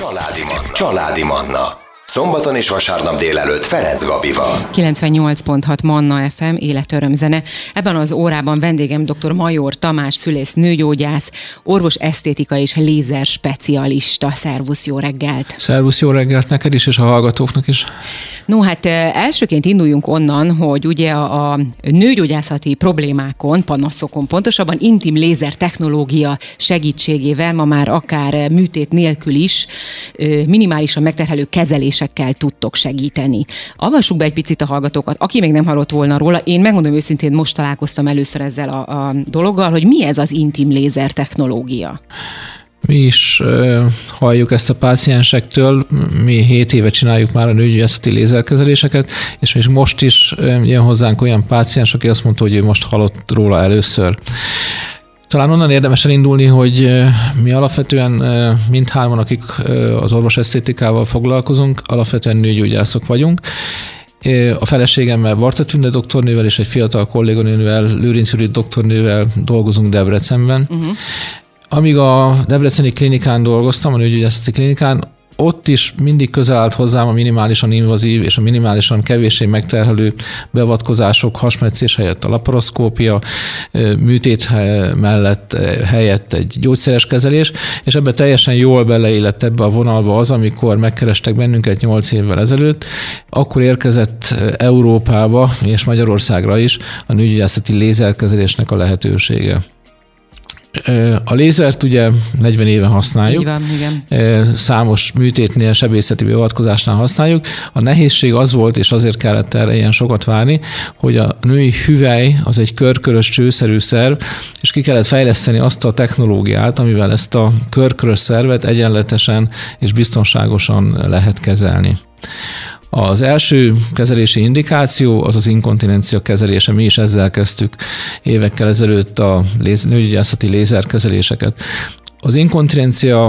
Családi Manna. Szombaton és vasárnap délelőtt Ferenc Gabival. 98.6 Manna FM, életörömzene. Ebben az órában vendégem dr. Major Tamás, szülész, nőgyógyász, orvos esztétika és lézer specialista. Szervusz, jó reggelt! Szervusz, jó reggelt neked is, és a hallgatóknak is. No, hát elsőként induljunk onnan, hogy ugye a nőgyógyászati problémákon, panaszokon, pontosabban intim lézer technológia segítségével ma már akár műtét nélkül is minimálisan megterhelő kezelésekkel tudtok segíteni. Avassuk be egy picit a hallgatókat, aki még nem hallott volna róla. Én megmondom őszintén, most találkoztam először ezzel a dologgal, hogy mi ez az intim lézer technológia. Mi is halljuk ezt a páciensektől, mi 7 éve csináljuk már a nőgyógyászati lézerkezeléseket, és most is jön hozzánk olyan páciens, aki azt mondta, hogy ő most hallott róla először. Talán onnan érdemes elindulni, hogy mi alapvetően mindhárman, akik az orvosesztétikával foglalkozunk, alapvetően nőgyógyászok vagyunk. A feleségemmel, Barta Tünde doktornővel és egy fiatal kolléganővel, Lőrinc Judit doktornővel dolgozunk Debrecenben. Amíg a debreceni klinikán dolgoztam, a nőgyógyászati klinikán, ott is mindig közel állt hozzám a minimálisan invazív és a minimálisan kevéssé megterhelő beavatkozások, hasmetszés helyett a laparoszkópia, műtét mellett helyett egy gyógyszeres kezelés, és ebbe teljesen jól beleillett ebbe a vonalba az, amikor megkerestek bennünket 8 évvel ezelőtt, akkor érkezett Európába és Magyarországra is a nőgyógyászati lézerkezelésnek a lehetősége. A lézert ugye 40 éve használjuk. Így van, igen. Számos műtétnél, sebészeti beavatkozásnál használjuk. A nehézség az volt, és azért kellett erre ilyen sokat várni, hogy a női hüvely az egy körkörös csőszerű szerv, és ki kellett fejleszteni azt a technológiát, amivel ezt a körkörös szervet egyenletesen és biztonságosan lehet kezelni. Az első kezelési indikáció az az inkontinencia kezelése. Mi is ezzel kezdtük évekkel ezelőtt a nőgyógyászati lézerkezeléseket. Az inkontinencia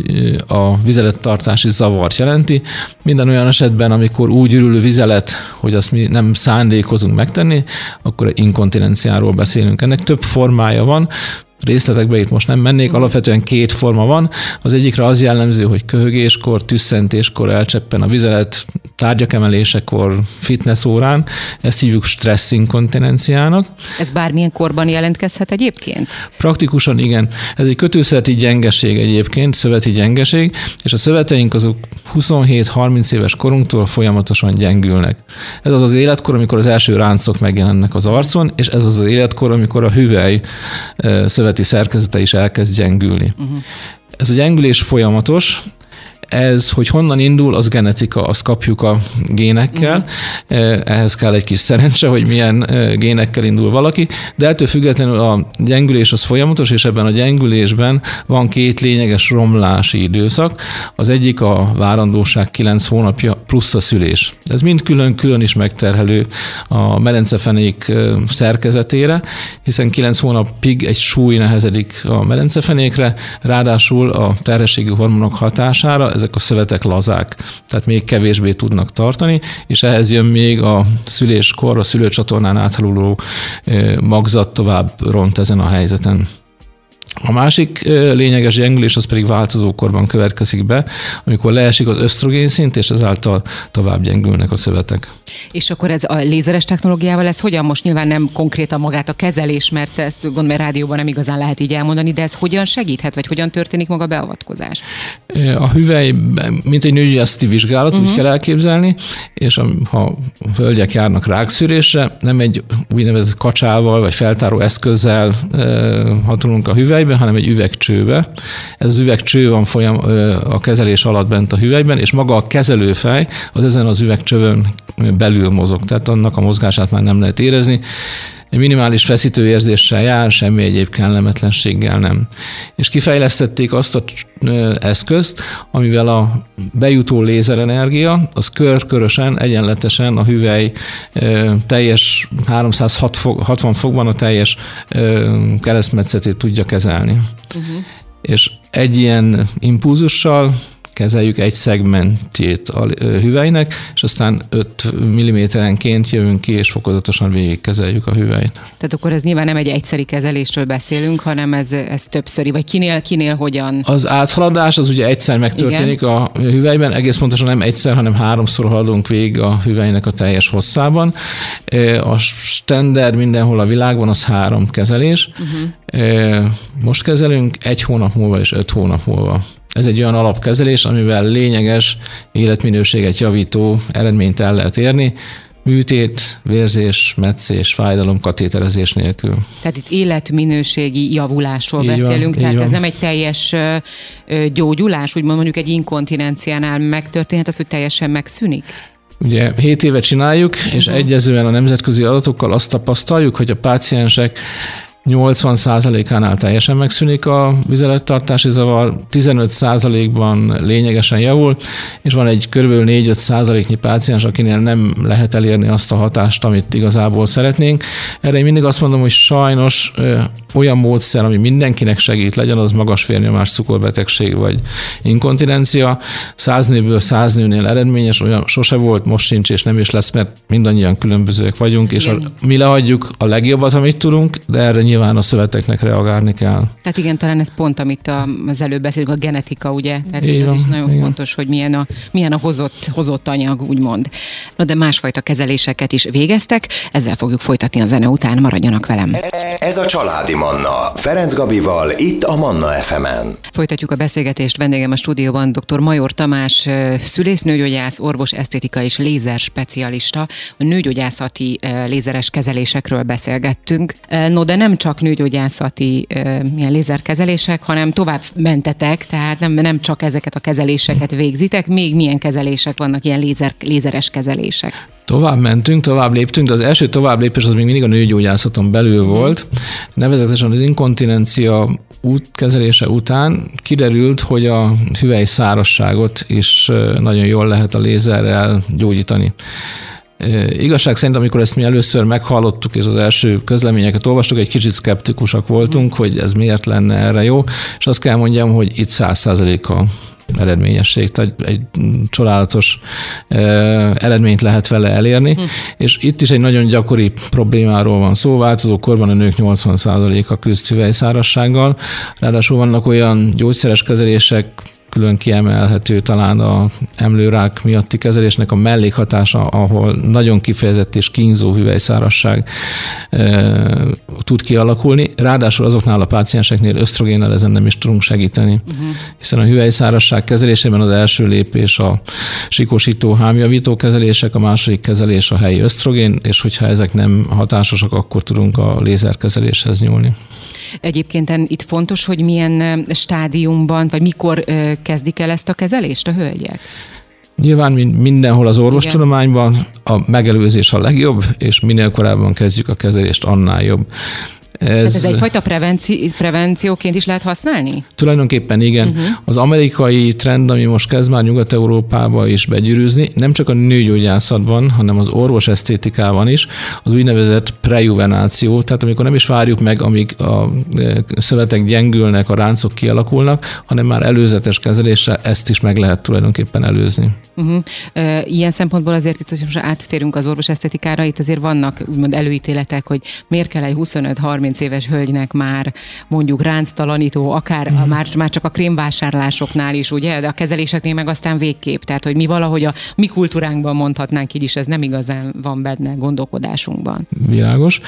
a vizelettartási zavart jelenti. Minden olyan esetben, amikor úgy ürül vizelet, hogy azt mi nem szándékozunk megtenni, akkor inkontinenciáról beszélünk. Ennek több formája van. Részletekbe itt most nem mennék, alapvetően 2 forma van. Az egyikre az jellemző, hogy köhögéskor, tüsszentéskor elcseppen a vizelet, tárgyakemelésekor, fitness órán. Ezt hívjuk stressz inkontinenciának. Ez bármilyen korban jelentkezhet egyébként? Praktikusan igen. Ez egy kötőszöveti gyengeség egyébként, szöveti gyengeség, és a szöveteink azok 27-30 éves korunktól folyamatosan gyengülnek. Ez az az életkor, amikor az első ráncok megjelennek az arcon, és ez az az életkor, amikor a hüvely szöveti szerkezete is elkezd gyengülni. Ez a gyengülés folyamatos, ez, hogy honnan indul, az genetika, azt kapjuk a génekkel. Ehhez kell egy kis szerencse, hogy milyen génekkel indul valaki, de ettől függetlenül a gyengülés az folyamatos, és ebben a gyengülésben van 2 lényeges romlási időszak. Az egyik a várandóság 9 hónapja plusz a szülés. Ez mind külön-külön is megterhelő a medencefenék szerkezetére, hiszen 9 hónapig egy súly nehezedik a medencefenékre, ráadásul a terhességi hormonok hatására ezek a szövetek lazák, tehát még kevésbé tudnak tartani, és ehhez jön még a szüléskor, a szülőcsatornán áthaluló magzat tovább ront ezen a helyzeten. A másik lényeges gyengülés az pedig változókorban következik be, amikor leesik az ösztrogén szint, és ezáltal tovább gyengülnek a szövetek. És akkor ez a lézeres technológiával, ez hogyan most nyilván nem konkrétan magát a kezelés, mert ezt gondolom, rádióban nem igazán lehet így elmondani, de ez hogyan segíthet, vagy hogyan történik maga a beavatkozás? A hüvely, mint egy nőgyógyászati vizsgálat, úgy kell elképzelni, és ha hölgyek járnak rákszűrésre, nem egy úgynevezett kacsával, vagy feltáró eszközzel hatolunk a hüvelybe, hanem egy üvegcsőbe. Ez az üvegcső van a kezelés alatt bent a hüvelyben, és maga a kezelőfej az ezen az üvegcsövön belül mozog, tehát annak a mozgását már nem lehet érezni. Egy minimális feszítőérzéssel jár, semmi egyéb kellemetlenséggel nem. És kifejlesztették azt az eszközt, amivel a bejutó lézerenergia, az körkörösen, egyenletesen a hüvely teljes 360 fokban a teljes keresztmetszetét tudja kezelni. És egy ilyen impulzussal kezeljük egy szegmentjét a hüvelynek, és aztán 5 mm-enként jövünk ki, és fokozatosan végig kezeljük a hüvelyt. Tehát akkor ez nyilván nem egy egyszeri kezelésről beszélünk, hanem ez többszöri, vagy kinél hogyan? Az áthaladás az ugye egyszer megtörténik a hüvelyben, egész pontosan nem egyszer, hanem 3-szor haladunk végig a hüvelynek a teljes hosszában. A standard mindenhol a világban az 3 kezelés. Most kezelünk 1 hónap múlva és 5 hónap múlva. Ez egy olyan alapkezelés, amivel lényeges életminőséget javító eredményt el lehet érni, műtét, vérzés, metszés, fájdalom, katéterezés nélkül. Tehát itt életminőségi javulásról beszélünk, tehát ez nem egy teljes gyógyulás, úgymond mondjuk egy inkontinenciánál megtörténhet az, hogy teljesen megszűnik? Ugye 7 éve csináljuk, és egyezően a nemzetközi adatokkal azt tapasztaljuk, hogy a páciensek 80%-ánál teljesen megszűnik a vizelettartási zavar, 15%-ban lényegesen javul, és van egy kb. 4-5%-nyi páciens, akinél nem lehet elérni azt a hatást, amit igazából szeretnénk. Erre én mindig azt mondom, hogy sajnos olyan módszer, ami mindenkinek segít, legyen az magas vérnyomás, cukorbetegség vagy inkontinencia, 100 nőből 100 nőnél eredményes, olyan sose volt, most sincs és nem is lesz, mert mindannyian különbözőek vagyunk, és mi leadjuk a legjobbat, amit tudunk, de erre nyilván a szöveteknek reagálni kell. Tehát igen, talán ez pont, amit az előbb beszélünk, a genetika, ugye? Tehát igen, az is nagyon igen. fontos, hogy milyen a hozott anyag, úgymond. No, de másfajta kezeléseket is végeztek, ezzel fogjuk folytatni a zene után, maradjanak velem. Ez a Családi Manna. Ferenc Gabival, itt a Manna FM-en. Folytatjuk a beszélgetést, vendégem a stúdióban dr. Major Tamás, szülésznőgyógyász, orvos, esztétika és lézer specialista. A nőgyógyászati lézeres kezelésekről beszélgettünk. No, de nem csak nőgyógyászati ilyen lézerkezelések, hanem tovább mentetek, tehát nem csak ezeket a kezeléseket végzitek, még milyen kezelések vannak, ilyen lézeres kezelések? Tovább mentünk, tovább léptünk, de az első tovább lépés az még mindig a nőgyógyászaton belül volt. Nevezetesen az inkontinencia kezelése után kiderült, hogy a hüvely szárazságot is nagyon jól lehet a lézerrel gyógyítani. Igazság szerint, amikor ezt mi először meghallottuk, és az első közleményeket olvastuk, egy kicsit szkeptikusak voltunk, hogy ez miért lenne erre jó, és azt kell mondjam, hogy itt 100%-a eredményesség, tehát egy csodálatos eredményt lehet vele elérni, és itt is egy nagyon gyakori problémáról van szó, változó korban a nők 80%-a küzd hüvelyszárazsággal, ráadásul vannak olyan gyógyszeres kezelések, külön kiemelhető talán a emlőrák miatti kezelésnek a mellékhatása, ahol nagyon kifejezett és kínzó hüvelyszárazság tud kialakulni. Ráadásul azoknál a pácienseknél ösztrogénnel ezen nem is tudunk segíteni. Hiszen a hüvelyszárazság kezelésében az első lépés a sikosító, hámjavító kezelések, a második kezelés a helyi ösztrogén, és hogyha ezek nem hatásosak, akkor tudunk a lézerkezeléshez nyúlni. Egyébként itt fontos, hogy milyen stádiumban, vagy mikor kezdik el ezt a kezelést a hölgyek? Nyilván mindenhol az orvostudományban a megelőzés a legjobb, és minél korábban kezdjük a kezelést, annál jobb. Ez egyfajta prevencióként is lehet használni? Tulajdonképpen igen. Az amerikai trend, ami most kezd már Nyugat-Európába is begyűrűzni, nem csak a nőgyógyászatban, hanem az orvosesztétikában is, az úgynevezett prejuvenáció, tehát amikor nem is várjuk meg, amíg a szövetek gyengülnek, a ráncok kialakulnak, hanem már előzetes kezeléssel ezt is meg lehet tulajdonképpen előzni. Ilyen szempontból azért itt, hogy most áttérünk az orvosesztétikára, itt azért vannak úgymond előítéletek, hogy miért kell egy 25-30 éves hölgynek már mondjuk ránctalanító, akár már csak a krémvásárlásoknál is, ugye, de a kezeléseknél meg aztán végképp. Tehát, hogy mi valahogy a mi kultúránkban mondhatnánk így is, ez nem igazán van benne gondolkodásunkban. Világos.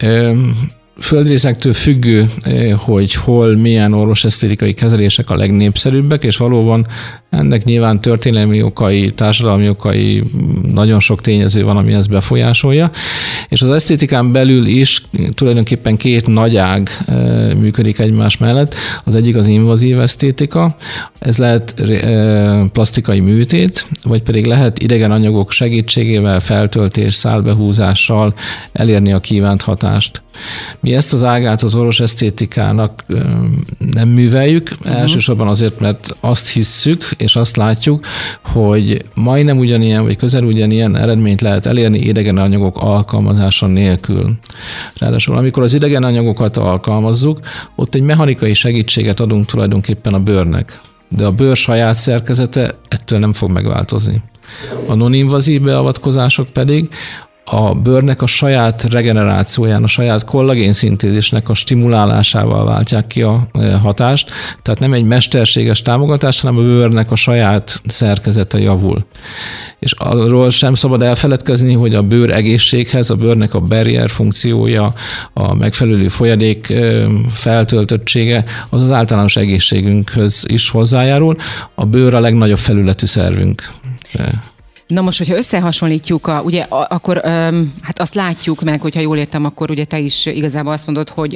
Földrészektől függő, hogy hol milyen orvosesztétikai kezelések a legnépszerűbbek, és valóban ennek nyilván történelmi okai, társadalmi okai, nagyon sok tényező van, ami ezt befolyásolja. És az esztétikán belül is tulajdonképpen két nagy ág működik egymás mellett. Az egyik az invazív esztétika, ez lehet plasztikai műtét, vagy pedig lehet idegen anyagok segítségével, feltöltés, szálbehúzással elérni a kívánt hatást. Mi ezt az ágát az orvosesztétikának nem műveljük, elsősorban azért, mert azt hisszük, és azt látjuk, hogy majdnem ugyanilyen, vagy közel ugyanilyen eredményt lehet elérni idegen anyagok alkalmazása nélkül. Ráadásul amikor az idegen anyagokat alkalmazzuk, ott egy mechanikai segítséget adunk tulajdonképpen a bőrnek. de a bőr saját szerkezete ettől nem fog megváltozni. A non-invazív beavatkozások pedig a bőrnek a saját regenerációján, a saját kollagénszintézisnek a stimulálásával váltják ki a hatást, tehát nem egy mesterséges támogatás, hanem a bőrnek a saját szerkezete javul. És arról sem szabad elfeledkezni, hogy a bőr egészséghez, a bőrnek a barrier funkciója, a megfelelő folyadék feltöltöttsége az általános egészségünkhöz is hozzájárul. A bőr a legnagyobb felületű szervünk. Na most, hogyha összehasonlítjuk, ugye akkor hát azt látjuk meg, hogyha jól értem, akkor ugye te is igazából azt mondod, hogy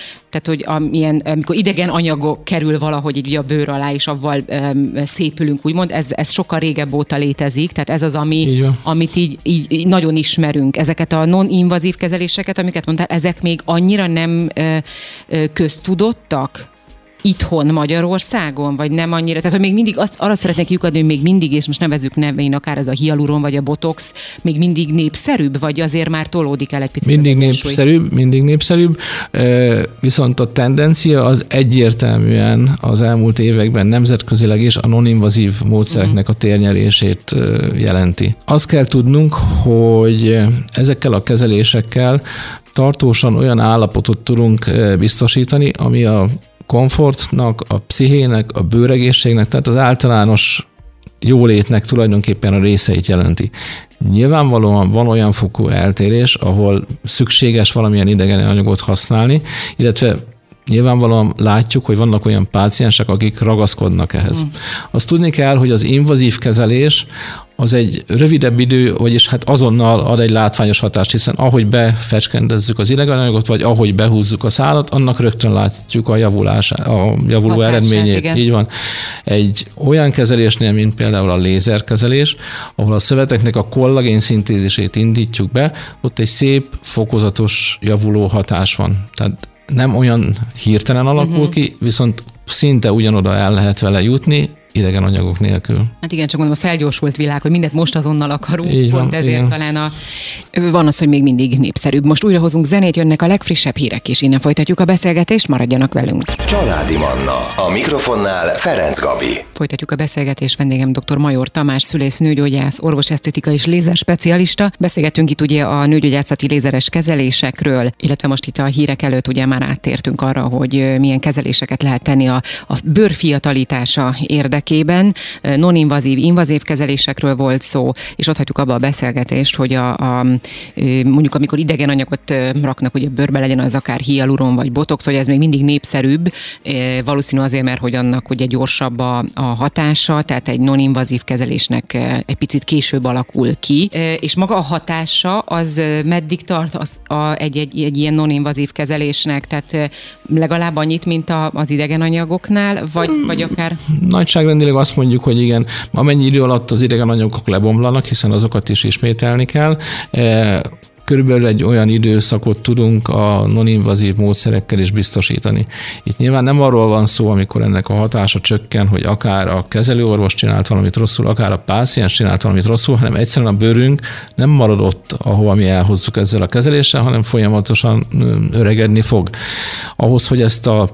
amikor idegen anyagok kerül valahogy így ugye a bőr alá, és avval szépülünk, úgymond, ez sokkal régebb óta létezik, tehát ez az, amit így nagyon ismerünk. Ezeket a non-invazív kezeléseket, amiket mondtál, ezek még annyira nem köztudottak itthon Magyarországon, vagy nem annyira? Tehát, hogy még mindig arra szeretnék lyukadni, hogy még mindig, és most nevezzük nevén, akár ez a hialuron, vagy a botox, még mindig népszerűbb, vagy azért már tolódik el egy picit? Mindig népszerűbb, viszont a tendencia az egyértelműen az elmúlt években nemzetközileg is a non-invazív módszereknek a térnyerését jelenti. Azt kell tudnunk, hogy ezekkel a kezelésekkel tartósan olyan állapotot tudunk biztosítani, ami a komfortnak, a pszichének, a bőregészségnek, tehát az általános jólétnek tulajdonképpen a részeit jelenti. Nyilvánvalóan van olyan fokú eltérés, ahol szükséges valamilyen idegen anyagot használni, illetve nyilvánvalóan látjuk, hogy vannak olyan páciensek, akik ragaszkodnak ehhez. Azt tudni kell, hogy az invazív kezelés az egy rövidebb idő, vagyis hát azonnal ad egy látványos hatást, hiszen ahogy befecskendezzük az ideganyagot, vagy ahogy behúzzuk a szálat, annak rögtön látjuk a javuló hatását, eredményét. Igen. Így van. Egy olyan kezelésnél, mint például a lézerkezelés, ahol a szöveteknek a kollagén szintézisét indítjuk be, ott egy szép, fokozatos javuló hatás van. Tehát nem olyan hirtelen alakul ki, viszont szinte ugyanoda el lehet vele jutni, idegen anyagok nélkül. Hát igen, csak mondom, a felgyorsult világ, hogy mindent most azonnal akarunk, így van, pont ezért igen. Talán van az, hogy még mindig népszerűbb. Most újra hozunk zenét, jönnek a legfrissebb hírek, és innen folytatjuk a beszélgetést, maradjanak velünk. Családi Manna. A mikrofonnál Ferenc Gabi. Folytatjuk a beszélgetést, vendégem dr. Major Tamás, szülész, nőgyógyász, orvosesztétika és lézerspecialista. Beszélgettünk itt ugye a nőgyógyászati lézeres kezelésekről, illetve most itt a hírek előtt ugye már áttértünk arra, hogy milyen kezeléseket lehet tenni a bőr fiatalítása érdekében. Non-invazív, invazív kezelésekről volt szó, és ott hagyjuk abba a beszélgetést, hogy mondjuk amikor idegen anyagot raknak, hogy a bőrbe legyen az akár hialuron vagy botox, hogy ez még mindig népszerűbb, valószínű azért, mert hogy annak ugye gyorsabb a hatása, tehát egy non-invazív kezelésnek egy picit később alakul ki, és maga a hatása az meddig tart egy ilyen non-invazív kezelésnek, tehát legalább annyit, mint az idegen anyagoknál, vagy akár? Nagyságrendileg azt mondjuk, hogy igen, amennyi idő alatt az idegen anyagok lebomlanak, hiszen azokat is ismételni kell. Körülbelül egy olyan időszakot tudunk a non-invazív módszerekkel is biztosítani. Itt nyilván nem arról van szó, amikor ennek a hatása csökken, hogy akár a kezelőorvos csinált valamit rosszul, akár a páciens csinált valamit rosszul, hanem egyszerűen a bőrünk nem marad ott, ahova mi elhozzuk ezzel a kezeléssel, hanem folyamatosan öregedni fog. Ahhoz, hogy ezt a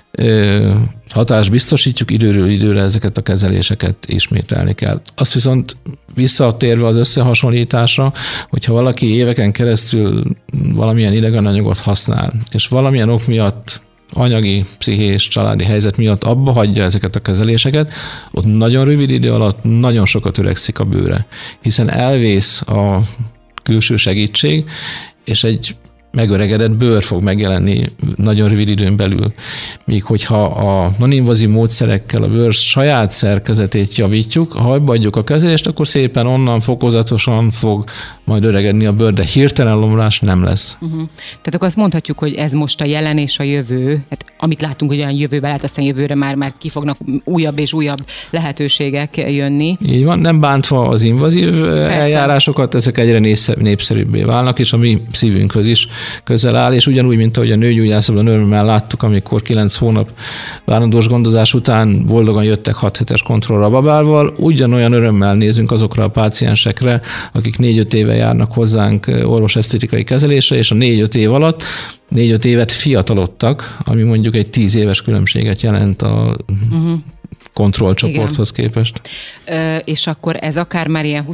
hatást biztosítjuk, időről időre ezeket a kezeléseket ismételni kell. Azt viszont visszatérve az összehasonlításra, hogyha valaki éveken keresztül valamilyen idegen anyagot használ, és valamilyen ok miatt anyagi, pszichés, családi helyzet miatt abba hagyja ezeket a kezeléseket, ott nagyon rövid idő alatt nagyon sokat öregszik a bőre, hiszen elvész a külső segítség, és egy megöregedett bőr fog megjelenni nagyon rövid időn belül. Míg hogyha a non-invazív módszerekkel a bőr saját szerkezetét javítjuk, ha abba adjuk a kezelést, akkor szépen onnan fokozatosan fog majd öregedni a bőr, de hirtelen lomlás nem lesz. Tehát akkor azt mondhatjuk, hogy ez most a jelen és a jövő, hát amit látunk, hogy olyan jövőben lehet, aztán jövőre már ki fognak újabb és újabb lehetőségek jönni. Így van, nem bántva az invazív eljárásokat, ezek egyre népszerűbbé válnak, és a mi szívünkhöz is közel áll, és ugyanúgy, mint ahogy a nőgyógyászatban örömmel láttuk, amikor 9 hónap várandós gondozás után boldogan jöttek 6 hetes kontrollra babával, ugyanolyan örömmel nézünk azokra a páciensekre, akik 4-5 éve járnak hozzánk orvosesztétikai kezelésre, és a 4-5 év alatt 4-5 évet fiatalodtak, ami mondjuk egy 10 éves különbséget jelent a kontrollcsoporthoz képest. És akkor ez akár már ilyen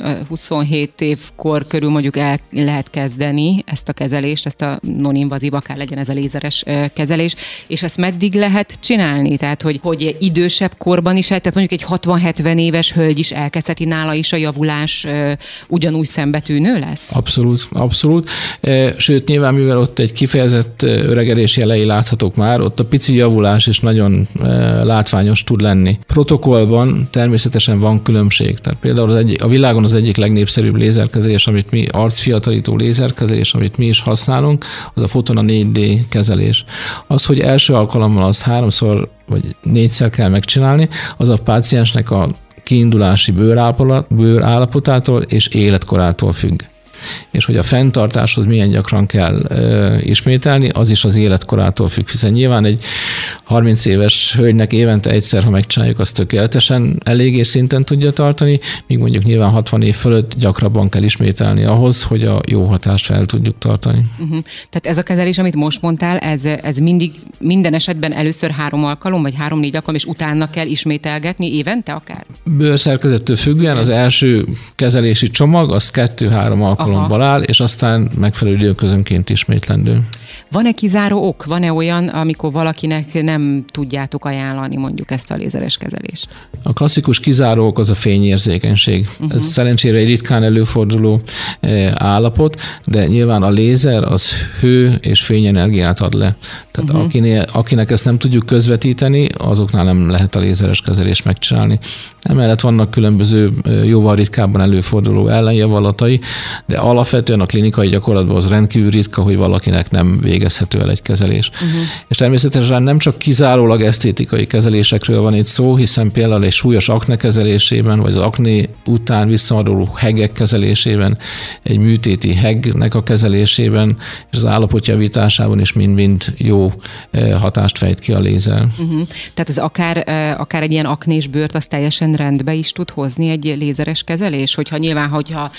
27 évkor körül mondjuk el lehet kezdeni ezt a kezelést, ezt a non-invazív, akár legyen ez a lézeres kezelés, és ezt meddig lehet csinálni? Tehát, hogy idősebb korban is, tehát mondjuk egy 60-70 éves hölgy is elkezdheti, nála is a javulás ugyanúgy szembetűnő lesz? Abszolút. Sőt, nyilván, mivel ott egy kifejezett öregedés jelei láthatók már, ott a pici javulás is nagyon látványos tud lenni. Protokollban természetesen van különbség. Tehát például a világon az egyik legnépszerűbb lézerkezelés, amit mi arcfiatalító lézerkezelés, amit mi is használunk, az a Fotona 4D kezelés. Az, hogy első alkalommal azt 3-szor vagy 4-szer kell megcsinálni, az a páciensnek a kiindulási bőrállapotától és életkorától függ. És hogy a fenntartáshoz milyen gyakran kell ismételni, az is az életkorától függ, hiszen nyilván egy 30 éves hölgynek évente egyszer, ha megcsináljuk, az tökéletesen eléggé szinten tudja tartani, míg mondjuk nyilván 60 év fölött gyakrabban kell ismételni ahhoz, hogy a jó hatást fel tudjuk tartani. Tehát ez a kezelés, amit most mondtál, ez mindig minden esetben először 3 alkalom, vagy 3-4 alkalom, és utána kell ismételgetni évente akár? Bőrszerkezettől függően az első kezelési csomag az 2-3 alkalommal áll, és aztán megfelelő időközönként ismétlendő. Van-e kizáró ok? Van-e olyan, amikor valakinek nem tudjátok ajánlani mondjuk ezt a lézeres kezelést? A klasszikus kizáró ok az a fényérzékenység. Ez szerencsére egy ritkán előforduló állapot, de nyilván a lézer az hő és fényenergiát ad le. Tehát akinek ezt nem tudjuk közvetíteni, azoknál nem lehet a lézeres kezelést megcsinálni. Emellett vannak különböző jóval ritkábban előforduló ellenjavalatai, de alapvetően a klinikai gyakorlatban az rendkívül ritka, hogy valakinek nem végezhető el egy kezelés. És természetesen nem csak kizárólag esztétikai kezelésekről van itt szó, hiszen például egy súlyos akne kezelésében, vagy az akné után visszaaduló hegek kezelésében, egy műtéti hegnek a kezelésében, és az állapotjavításában is mind-mind jó hatást fejt ki a lézer. Tehát ez akár egy ilyen aknés bőrt, az teljesen rendbe is tud hozni egy lézeres kezelés? Hogyha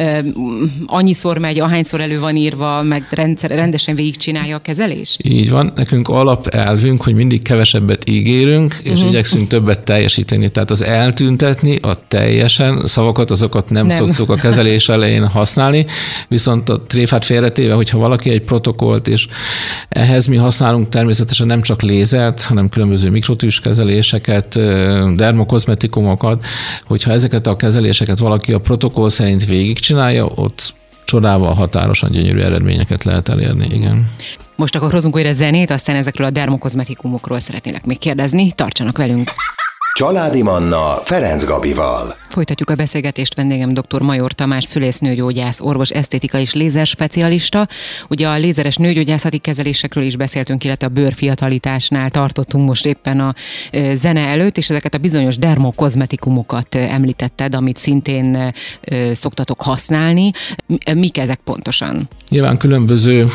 annyiszor megy, ahányszor elő van írva, meg rendesen végigcsinálja a kezelést? Így van. Nekünk alapelvünk, hogy mindig kevesebbet ígérünk, és igyekszünk többet teljesíteni. Tehát az eltüntetni, a teljesen szavakat, azokat nem szoktuk a kezelés elején használni, viszont a tréfát félretéve, hogyha valaki egy protokollt, és ehhez mi használunk természetesen nem csak lézert, hanem különböző mikrotűs kezeléseket, dermokozmetikumokat, hogyha ezeket a kezeléseket valaki a protokoll szerint végigcsinálja, ott csodával határosan gyönyörű eredményeket lehet elérni, igen. Most akkor hozunk újra zenét, aztán ezekről a dermokozmetikumokról szeretnélek még kérdezni. Tartsanak velünk! Családi Manna Ferenc Gabival. Folytatjuk a beszélgetést, vendégem dr. Major Tamás, szülésznőgyógyász, orvos, esztétika és lézer specialista. Ugye a lézeres nőgyógyászati kezelésekről is beszéltünk, illetve a bőrfiatalításnál tartottunk most éppen a zene előtt, és ezeket a bizonyos dermokozmetikumokat említetted, amit szintén szoktatok használni. Mik ezek pontosan? Nyilván különböző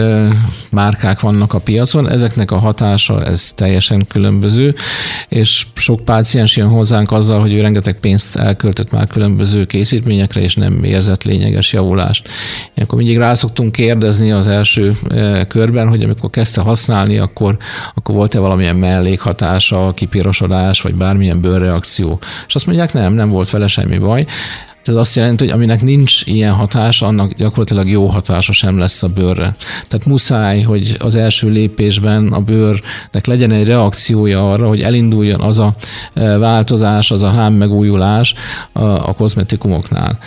márkák vannak a piacon, ezeknek a hatása ez teljesen különböző, és sok páciens jön hozzánk azzal, hogy ő rengeteg pénzt elköltött már különböző készítményekre, és nem érzett lényeges javulást. Akkor mindig rá szoktunk kérdezni az első körben, hogy amikor kezdte használni, akkor volt-e valamilyen mellékhatása, kipirosodás, vagy bármilyen bőrreakció. És azt mondják, nem volt vele semmi baj. Ez azt jelenti, hogy aminek nincs ilyen hatása, annak gyakorlatilag jó hatása sem lesz a bőrre. Tehát muszáj, hogy az első lépésben a bőrnek legyen egy reakciója arra, hogy elinduljon az a változás, az a hámmegújulás a kozmetikumoknál.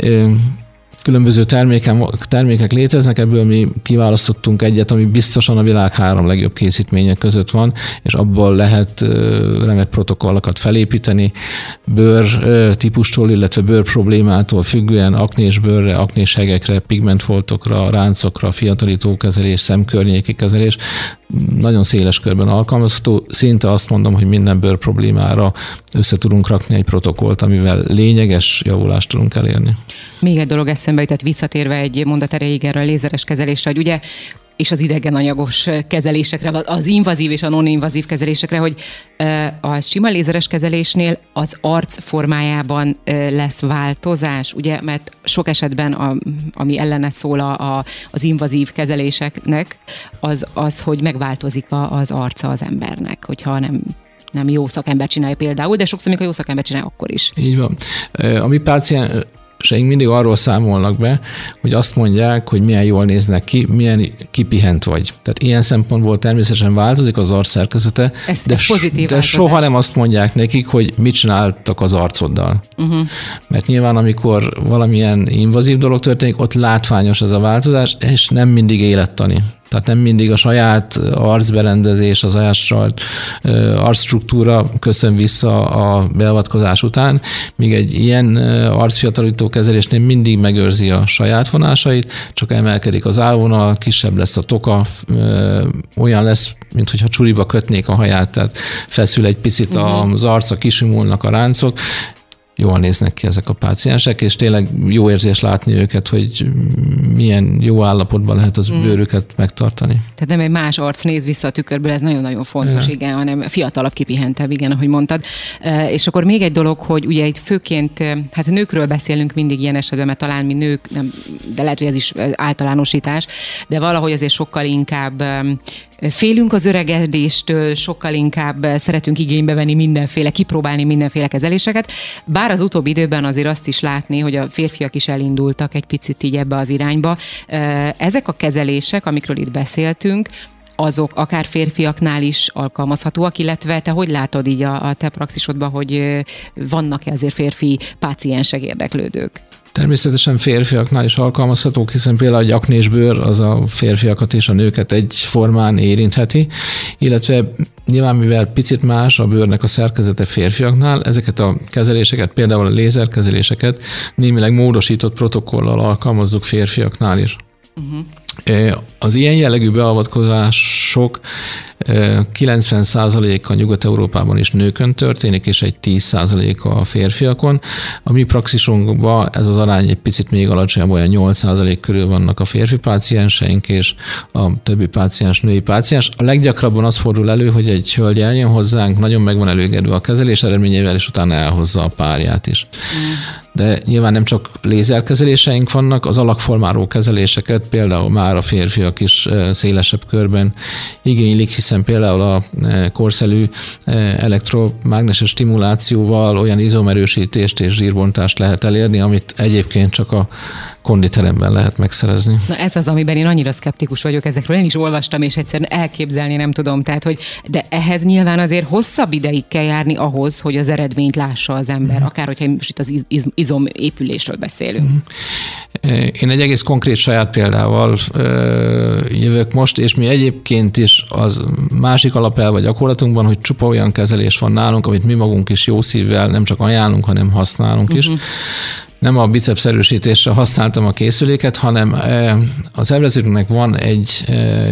Különböző termékek léteznek, ebből mi kiválasztottunk egyet, ami biztosan a világ 3 legjobb készítmények között van, és abból lehet remek protokollokat felépíteni, bőr típustól, illetve bőr problémától függően aknés bőrre, aknés hegekre, pigmentfoltokra, ráncokra, fiatalító kezelés, szemkörnyéki kezelés, nagyon széles körben alkalmazható. Szinte azt mondom, hogy minden bőr problémára össze tudunk rakni egy protokollt, amivel lényeges javulást tudunk elérni. Még egy dolog eszembe jutott, visszatérve egy mondat erejéig erre a lézeres kezelésre, hogy ugye és az idegenanyagos kezelésekre, az invazív és a non-invazív kezelésekre, hogy a sima lézeres kezelésnél az arc formájában lesz változás, ugye, mert sok esetben, ami ellene szól az invazív kezeléseknek, az, hogy megváltozik az arca az embernek, hogyha nem nem jó szakember csinálja például, de sokszor még a jó szakember csinálja akkor is. Így van. A mi pácienseink mindig arról számolnak be, hogy azt mondják, hogy milyen jól néznek ki, milyen kipihent vagy. Tehát ilyen szempontból természetesen változik az arc szerkezete, de soha nem azt mondják nekik, hogy mit csináltak az arcoddal. Mert nyilván, amikor valamilyen invazív dolog történik, ott látványos ez a változás, és nem mindig élettani. Tehát nem mindig a saját arcberendezés, az saját arcstruktúra köszön vissza a beavatkozás után, míg egy ilyen arcfiatalító kezelésnél mindig megőrzi a saját vonásait, csak emelkedik az állvonal, kisebb lesz a toka, olyan lesz, mintha csuriba kötnék a haját, tehát feszül egy picit az arca, kisimulnak a ráncok, jól néznek ki ezek a páciensek, és tényleg jó érzés látni őket, hogy milyen jó állapotban lehet az bőrüket megtartani. Tehát nem egy más arc néz vissza a tükörből, ez nagyon-nagyon fontos, igen, hanem fiatalabb, kipihentebb, igen, ahogy mondtad. És akkor még egy dolog, hogy ugye itt főként, hát nőkről beszélünk mindig ilyen esetben, mert talán mi nők, nem, de lehet, hogy ez is általánosítás, de valahogy azért sokkal inkább félünk az öregedéstől, sokkal inkább szeretünk igénybe venni kipróbálni mindenféle kezeléseket, bár az utóbbi időben azért azt is látni, hogy a férfiak is elindultak egy picit így ebbe az irányba. Ezek a kezelések, amikről itt beszéltünk, azok akár férfiaknál is alkalmazhatóak, illetve te hogy látod így a te praxisodban, hogy vannak-e azért férfi páciensek, érdeklődők? Természetesen férfiaknál is alkalmazhatók, hiszen például a gyaknésbőr az a férfiakat és a nőket egyformán érintheti, illetve nyilván mivel picit más a bőrnek a szerkezete férfiaknál, ezeket a kezeléseket, például a lézerkezeléseket némileg módosított protokollal alkalmazzuk férfiaknál is. Az ilyen jellegű beavatkozások 90%-a Nyugat-Európában is nőkön történik, és egy 10%-a a férfiakon. A mi praxisunkban ez az arány egy picit még alacsonyabb, olyan 8% körül vannak a férfi pácienseink, és a többi páciens női páciens. A leggyakrabban az fordul elő, hogy egy hölgy eljön hozzánk, nagyon meg van elégedve a kezelés eredményével, és utána elhozza a párját is. De nyilván nem csak lézerkezeléseink vannak, az alakformáló kezeléseket például már a férfiak is szélesebb körben igénylik, hiszen például a korszelű elektromágneses stimulációval olyan izomerősítést és zsírbontást lehet elérni, amit egyébként csak a konditeremben lehet megszerezni. Na ez az, amiben én annyira szkeptikus vagyok ezekről. Én is olvastam, és egyszerűen elképzelni nem tudom. Tehát, hogy de ehhez nyilván azért hosszabb ideig kell járni ahhoz, hogy az eredményt lássa az ember, akár hogyha most itt az izomépülésről beszélünk. Én egy egész konkrét saját példával jövök most, és mi egyébként is az másik alapelv a gyakorlatunkban, hogy csupa olyan kezelés van nálunk, amit mi magunk is jó szívvel nem csak ajánlunk, hanem használunk is. Nem a biceps erősítésre használtam a készüléket, hanem az ebrezőknek van egy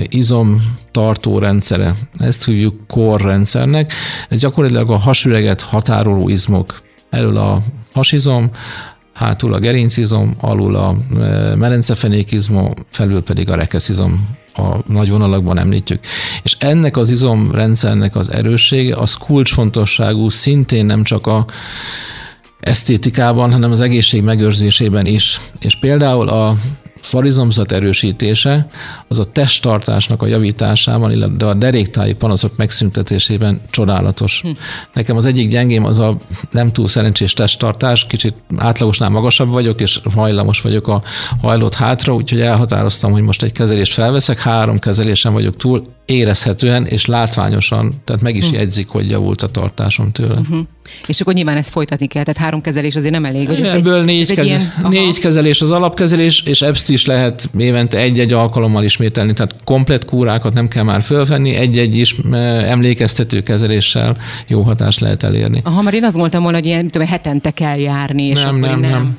izomtartó rendszere. Ezt hívjuk core rendszernek. Ez gyakorlatilag a hasüreget határoló izmok. Elől a hasizom, hátul a gerincizom, alul a merencefenékizom, felül pedig a rekeszizom. A nagy vonalakban említjük. És ennek az izomrendszernek az erőssége, az kulcsfontosságú, szintén nem csak a esztétikában, hanem az egészség megőrzésében is. És például a farizomzat erősítése az a testtartásnak a javításában, illetve a deréktáji panaszok megszüntetésében csodálatos. Nekem az egyik gyengém az a nem túl szerencsés testtartás, kicsit átlagosnál magasabb vagyok, és hajlamos vagyok a hajlott hátra, úgyhogy elhatároztam, hogy most egy kezelést felveszek, 3 kezelésen vagyok túl, érezhetően és látványosan, tehát meg is jegyzik, hogy javult a tartásom tőle. És akkor nyilván ezt folytatni kell, tehát 3 kezelés azért nem elég. Hogy ebből 4 kezelés az alapkezelés, és ezt is lehet évente 1-1 alkalommal ismételni, tehát komplett kúrákat nem kell már fölvenni, 1-1 is emlékeztető kezeléssel jó hatást lehet elérni. Mert én azt gondoltam volna, hogy ilyen hetente kell járni, és nem.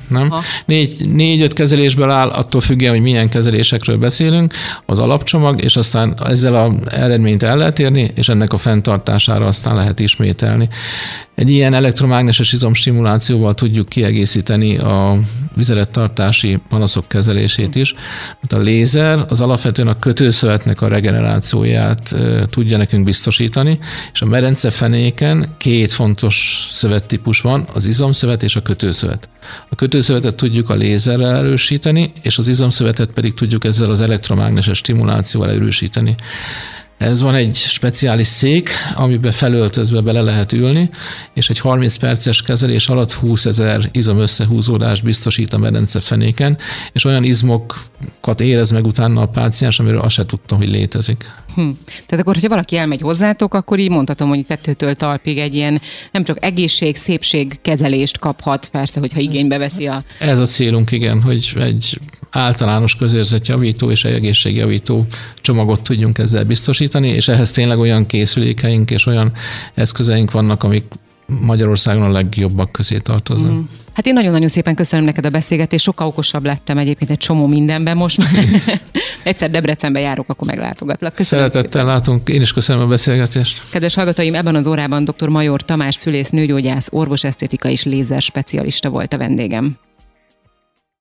4-5 kezelésből áll, attól függően, hogy milyen kezelésekről beszélünk, az alapcsomag, és aztán ezzel az eredményt el lehet érni, és ennek a fenntartására aztán lehet ismételni. Egy ilyen elektromágneses izomstimulációval tudjuk kiegészíteni a vizelettartási panaszok kezelését is. A lézer az alapvetően a kötőszövetnek a regenerációját tudja nekünk biztosítani, és a merencefenéken 2 fontos szövettípus van, az izomszövet és a kötőszövet. A kötőszövetet tudjuk a lézerrel erősíteni, és az izomszövetet pedig tudjuk ezzel az elektromágneses stimulációval erősíteni. Ez van egy speciális szék, amiben felöltözve bele lehet ülni, és egy 30 perces kezelés alatt 20 000 izom összehúzódást biztosít a medencefenéken, és olyan izmokat érez meg utána a páciens, amiről azt se tudtam, hogy létezik. Tehát akkor, hogyha valaki elmegy hozzátok, akkor így mondhatom, hogy tettőtől talpig egy ilyen nem csak egészség, szépség kezelést kaphat, persze, hogyha igénybe veszi a... Ez a célunk, igen, hogy egy általános közérzetjavító és egy egészségjavító csomagot tudjunk ezzel biztosítani, és ehhez tényleg olyan készülékeink és olyan eszközeink vannak, amik Magyarországon a legjobbak közé tartoznak. Hát én nagyon-nagyon szépen köszönöm neked a beszélgetést, sokkal okosabb lettem egyébként egy csomó mindenben most már. Egyszer Debrecenbe járok, akkor meglátogatlak. Köszönöm Szeretettel szépen. látunk, én is köszönöm a beszélgetést. Kedves hallgatóim, ebben az órában dr. Major Tamás szülész, nőgyógyász, orvosesztétika és lézer specialista volt a vendégem.